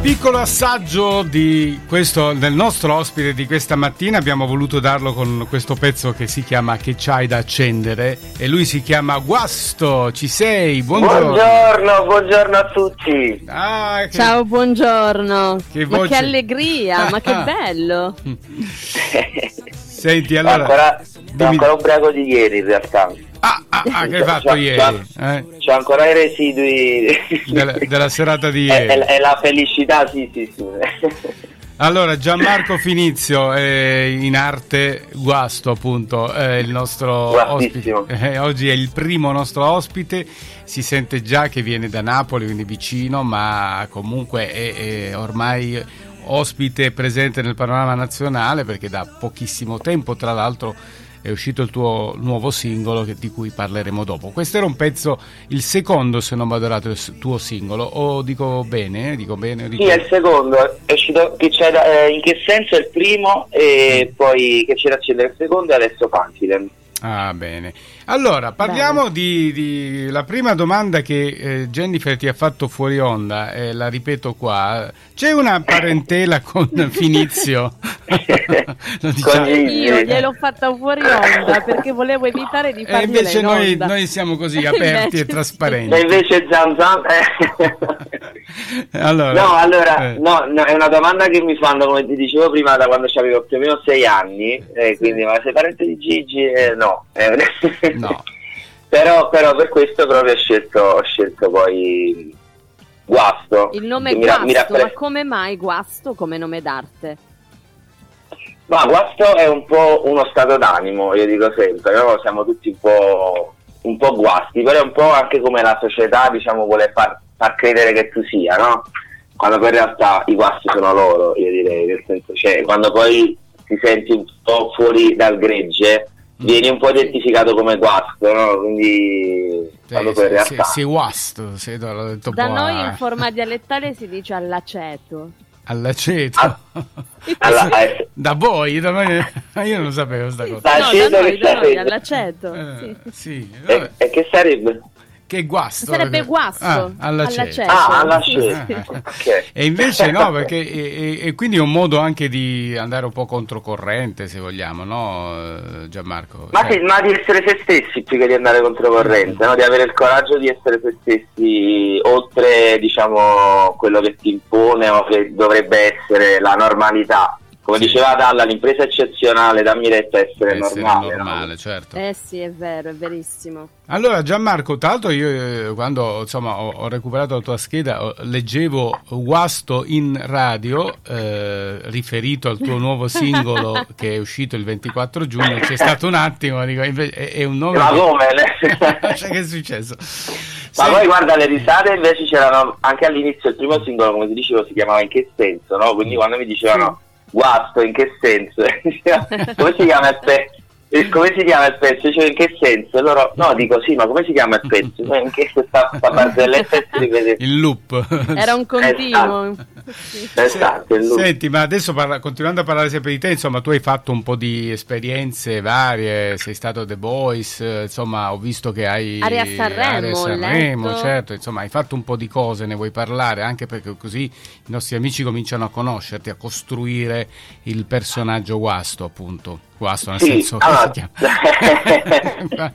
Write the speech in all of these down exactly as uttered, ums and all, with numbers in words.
Piccolo assaggio di questo del nostro ospite di questa mattina, abbiamo voluto darlo con questo pezzo che si chiama Che c'hai da accendere e lui si chiama Guasto. Ci sei? Buongiorno. Buongiorno, buongiorno a tutti. Ah, che... Ciao, buongiorno. Che ma voce... che allegria, ma che bello. Senti, allora ancora, sono ancora ubriaco di ieri in realtà. Ah, ah, ah, che hai fatto c'ho, ieri? C'ho, eh? c'ho ancora i residui della, della serata di ieri. E, e la felicità, sì, sì, sì. Allora, Gianmarco Finizio, eh, in arte Guasto, appunto, è il nostro ospite. Eh, oggi è il primo nostro ospite. Si sente già che viene da Napoli, quindi vicino, ma comunque è, è ormai ospite presente nel panorama nazionale, perché da pochissimo tempo, tra l'altro, è uscito il tuo nuovo singolo che, di cui parleremo dopo. Questo era un pezzo, il secondo, se non vado errato, il tuo singolo, o dico bene? Dico bene dico... Sì, è il secondo, è uscito che c'è da, eh, in che senso è il primo e poi che c'è da accendere il secondo e adesso Confident. Ah, bene. Allora, parliamo di, di la prima domanda che eh, Jennifer ti ha fatto fuori onda, e eh, la ripeto qua. C'è una parentela con Finizio? Lo diciamo. Io gliel'ho fatta fuori onda perché volevo evitare di fargliela. E invece in noi, onda. noi siamo così aperti e trasparenti. E invece Zan Zan eh. allora, No, allora eh. no, no, è una domanda che mi fanno, come ti dicevo prima, da quando avevo più o meno sei anni, eh, quindi ma sei parente di Gigi? Eh, no. Eh, no. però, però per questo proprio ho scelto, ho scelto poi Guasto. Il nome è Guasto, mi rappre- ma come mai Guasto come nome d'arte? Ma Guasto è un po' uno stato d'animo, io dico sempre, no? Siamo tutti un po', un po' guasti, però è un po' anche come la società, diciamo, vuole far, far credere che tu sia, no? Quando poi in realtà i guasti sono loro, io direi, nel senso, cioè, quando poi ti senti un po' fuori dal gregge, vieni un po' identificato come guasto, no? Quindi sì, quando poi in realtà sei guasto, sei, l'ho detto da boh, noi eh. in forma dialettale si dice all'aceto. All'aceto? Ah, alla, eh. Da voi? Da noi, io non lo sapevo sta cosa. No, da noi, da noi all'aceto. Eh, sì. sì. E, e che sarebbe? Che guasto? Sarebbe guasto. Ah, all'aceto. Ah, all'aceto. Sì, sì. Okay. E invece no, perché e, e, e quindi è un modo anche di andare un po' controcorrente, se vogliamo, no, Gianmarco? Ma, cioè... sì, ma di essere se stessi più che di andare controcorrente, no? Di avere il coraggio di essere se stessi oltre, diciamo, quello che ti impone o che dovrebbe essere la normalità. Come sì. diceva Dalla, l'impresa eccezionale, dammi retta a essere, essere normale. normale, no? certo. Eh sì, è vero, è verissimo. Allora Gianmarco, tra l'altro io eh, quando insomma ho, ho recuperato la tua scheda ho, leggevo Guasto in radio, eh, riferito al tuo nuovo singolo che è uscito il ventiquattro giugno, c'è stato un attimo, dico, invece, è, è un nome... Ma che... come? cioè, che è successo? Ma Sei... poi guarda, le risate invece c'erano anche all'inizio, il primo singolo, come ti dicevo, si chiamava In che senso, no? Quindi quando mi dicevano... Guasto, in che senso? Come si chiama il pezzo? Come si chiama il pezzo? Cioè, in che senso? Loro, no, dico sì, ma come si chiama il pezzo? In che questa barzelletta si ripete? Il loop. Era un continuo. Esatto, esatto, il loop. Senti, ma adesso parla, continuando a parlare sempre di te, insomma, tu hai fatto un po' di esperienze varie, sei stato The Voice, insomma, ho visto che hai Area Sanremo, Area Sanremo, letto. certo, insomma, hai fatto un po' di cose, ne vuoi parlare, anche perché così i nostri amici cominciano a conoscerti, a costruire il personaggio Guasto, appunto. Guasto nel sì, senso allora, che si chiama.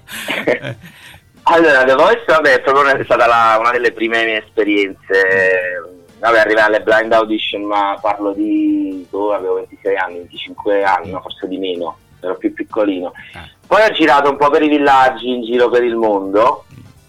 Allora, The Voice, vabbè, è proprio è stata la, una delle prime mie esperienze. Vabbè, arrivai alle blind audition, ma parlo di... Oh, avevo ventisei anni, venticinque anni, no, forse di meno, ero più piccolino. Poi ho girato un po' per i villaggi in giro per il mondo,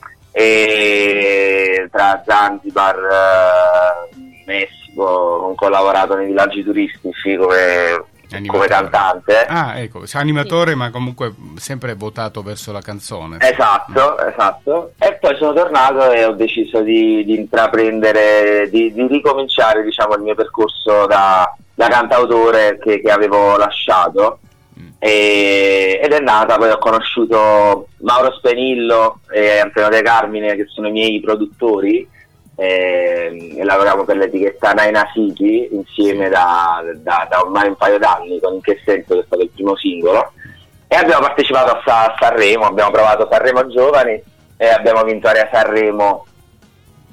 e tra Zanzibar, Messico, comunque ho lavorato nei villaggi turistici come... come cantante. Ah, ecco, sei animatore, sì. Ma comunque sempre votato verso la canzone. Esatto, mm. esatto. E poi sono tornato e ho deciso di, di intraprendere, di, di ricominciare, diciamo, il mio percorso da, da cantautore che, che avevo lasciato. Mm. E, ed è nata, poi ho conosciuto Mauro Spenillo e Antonio De Carmine, che sono i miei produttori. E, e lavoriamo per l'etichetta Naina City insieme da, da, da ormai un paio d'anni, con In che senso, che è stato il primo singolo, e abbiamo partecipato a, Sa- a Sanremo, abbiamo provato Sanremo Giovani e abbiamo vinto Area Sanremo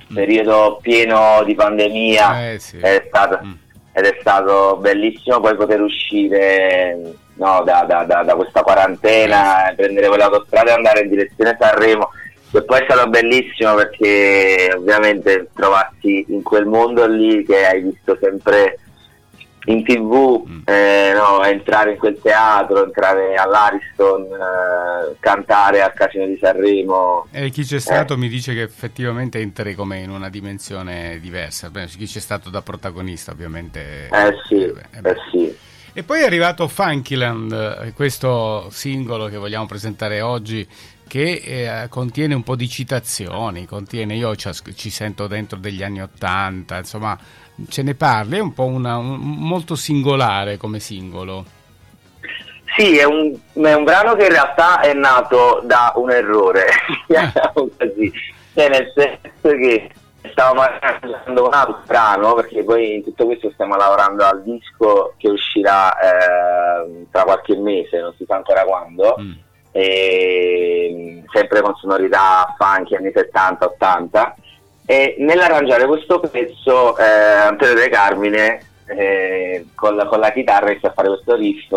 periodo pieno di pandemia, eh, sì. è stato, mm. ed è stato bellissimo poi poter uscire, no, da, da, da, da questa quarantena, eh. prendere quell'autostrada e andare in direzione Sanremo, e poi è stato bellissimo perché ovviamente trovarsi in quel mondo lì che hai visto sempre in tv, mm. eh, no, entrare in quel teatro, entrare all'Ariston, eh, cantare al Casino di Sanremo. E chi c'è stato eh. mi dice che effettivamente entri come in una dimensione diversa. Beh, chi c'è stato da protagonista ovviamente. Eh sì, eh, eh sì. E poi è arrivato Funkyland, questo singolo che vogliamo presentare oggi, che eh, contiene un po' di citazioni, contiene, io ci, ci sento dentro degli anni Ottanta, insomma, ce ne parli, è un po' una, un, molto singolare come singolo. Sì, è un, è un brano che in realtà è nato da un errore, così, cioè nel senso che stavamo lavorando un altro brano, perché poi in tutto questo stiamo lavorando al disco che uscirà eh, tra qualche mese, non si sa ancora quando, mm. e, sempre con sonorità funky anni settanta ottanta, e nell'arrangiare questo pezzo eh, Antonio De Carmine eh, con, la, con la chitarra inizia a fare questo riff,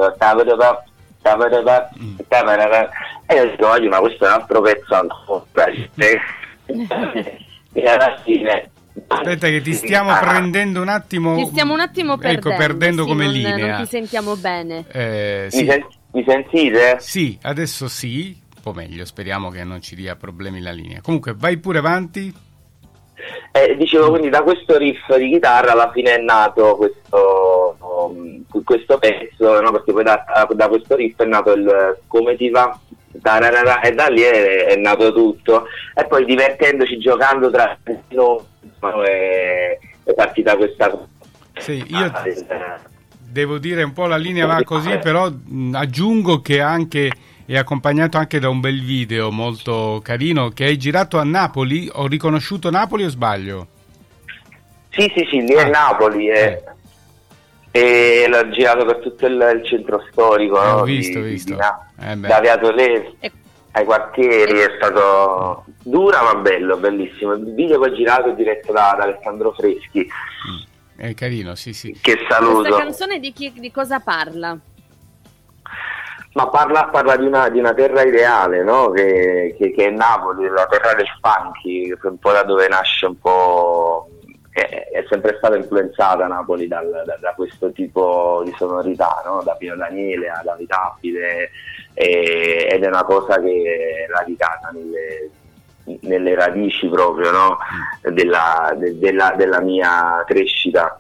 mm. e io dico, ma questo è un altro pezzo ancora. E alla fine, aspetta che ti stiamo ah, prendendo un attimo, ti stiamo un attimo perdendo, ecco, perdendo sì, come non, linea. Non ti sentiamo bene. Eh, sì. mi, sen- mi sentite? Sì, adesso sì, un po' meglio, speriamo che non ci dia problemi la linea. Comunque vai pure avanti. Eh, dicevo, quindi da questo riff di chitarra alla fine è nato questo, um, questo pezzo, no? Perché poi da, da questo riff è nato il Come ti va? E da lì è, è nato tutto, e poi divertendoci, giocando tra noi, è, è partita questa cosa. Sì, io devo dire un po' la linea va così, però mh, aggiungo che anche è accompagnato anche da un bel video molto carino che hai girato a Napoli. Ho riconosciuto Napoli o sbaglio? Sì, sì, sì, lì è ah, Napoli, è... eh. E l'ho girato per tutto il, il centro storico, eh, no? Ho visto, di, visto. Di, di, eh da Via Toledo ai quartieri, è stato dura ma bello, bellissimo. Il video poi girato e diretto da, da Alessandro Freschi. Mm. È carino, sì, sì. Che saluto. Questa canzone di, chi, di cosa parla? Ma parla, parla di, una, di una terra ideale, no? Che, che, che è Napoli, la terra del funky, che è un po' da dove nasce un po'... è sempre stata influenzata Napoli dal, da, da questo tipo di sonorità, no? Da Pino Daniele ad Avitabile, e, ed è una cosa che è radicata nelle, nelle radici proprio, no? della, de, della, della mia crescita,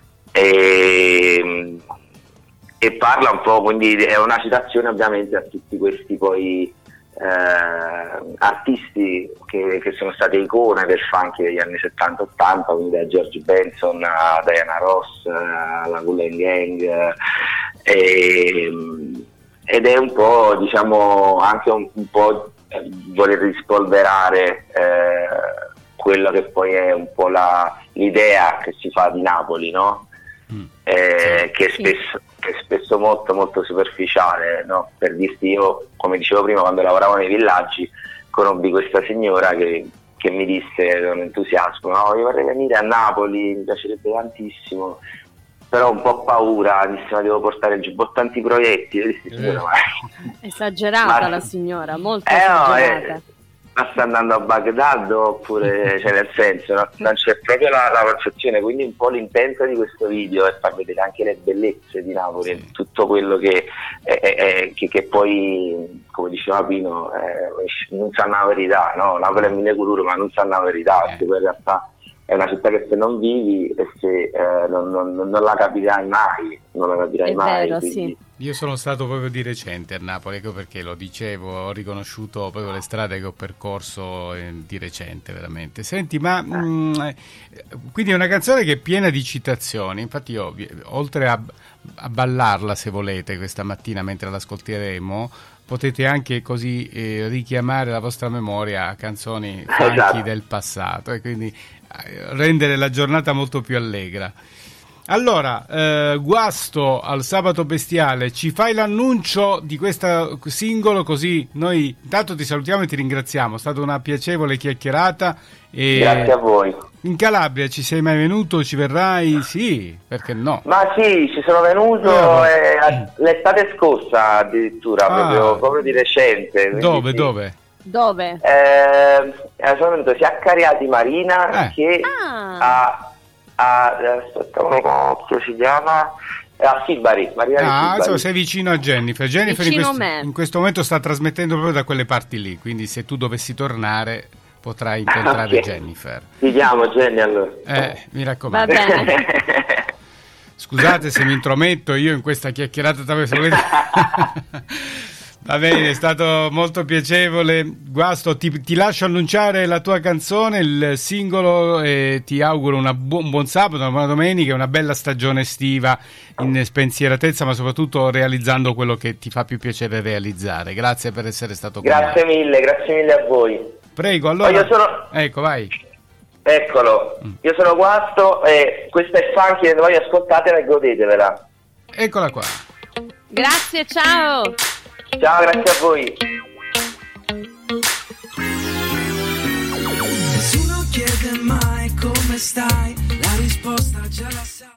e, e parla un po', quindi è una citazione ovviamente a tutti questi poi Eh, artisti che, che sono state icone del funky degli anni settanta ottanta, quindi da George Benson a Diana Ross, alla Kool and Gang, e, ed è un po', diciamo, anche un, un po' voler rispolverare eh, quello che poi è un po' la, l'idea che si fa di Napoli, no? Mm. Eh, che spesso che è spesso molto molto superficiale, no? Per dirti, io, come dicevo prima, quando lavoravo nei villaggi conobbi questa signora che, che mi disse con entusiasmo: no, io vorrei venire a Napoli, mi piacerebbe tantissimo, però ho un po' paura, disse, ma devo portare il giubbotto antiproiettili. Io dissi, signora, ma... esagerata ma... la signora, molto eh, esagerata. No, eh... ma sta andando a Baghdad, oppure, cioè nel senso, no? Non c'è proprio la, la percezione, quindi un po' l'intento di questo video è far vedere anche le bellezze di Napoli, sì. Tutto quello che, è, è, è, che, che poi, come diceva Pino, eh, non sa la verità, no? Napoli è mille culture, ma non sa la verità, perché poi in realtà è una città che se non vivi e se eh, non, non, non la capirai mai, non la capirai è mai. Vero, quindi... sì. Io sono stato proprio di recente a Napoli, ecco perché lo dicevo, ho riconosciuto proprio le strade che ho percorso eh, di recente, veramente. Senti, ma mh, quindi è una canzone che è piena di citazioni, infatti io, oltre a, a ballarla, se volete, questa mattina mentre l'ascolteremo, potete anche così eh, richiamare la vostra memoria a canzoni funky del passato e quindi eh, rendere la giornata molto più allegra. Allora, eh, Guasto al Sabato Bestiale, ci fai l'annuncio di questo singolo, così noi intanto ti salutiamo e ti ringraziamo, è stata una piacevole chiacchierata. E grazie a voi. In Calabria ci sei mai venuto? Ci verrai? Sì, perché no? Ma sì, ci sono venuto eh, l'estate scorsa addirittura, ah. proprio, proprio di recente. Dove, sì. dove? Dove? Eh, sono venuto sia a Cariati Marina eh. che ah. a... A, aspetta, come si chiama? A Sibari, Maria ah, Sibari. So, sei vicino a Jennifer. Jennifer in questo, me. in questo momento sta trasmettendo proprio da quelle parti lì, quindi se tu dovessi tornare potrai incontrare okay. Jennifer. Ti chiamo Jenny allora. Eh, mi raccomando. Va bene. Scusate se mi intrometto io in questa chiacchierata. Va bene, è stato molto piacevole. Guasto, ti, ti lascio annunciare la tua canzone, il singolo, e ti auguro una bu- un buon sabato, una buona domenica e una bella stagione estiva in spensieratezza, ma soprattutto realizzando quello che ti fa più piacere realizzare. Grazie per essere stato qui. Grazie mille, grazie mille a voi. Prego, allora. Io sono... Ecco, vai. Eccolo, mm. io sono Guasto e questa è Funky, voi ascoltatela e godetevela. Eccola qua. Grazie, ciao. Ciao, grazie a voi.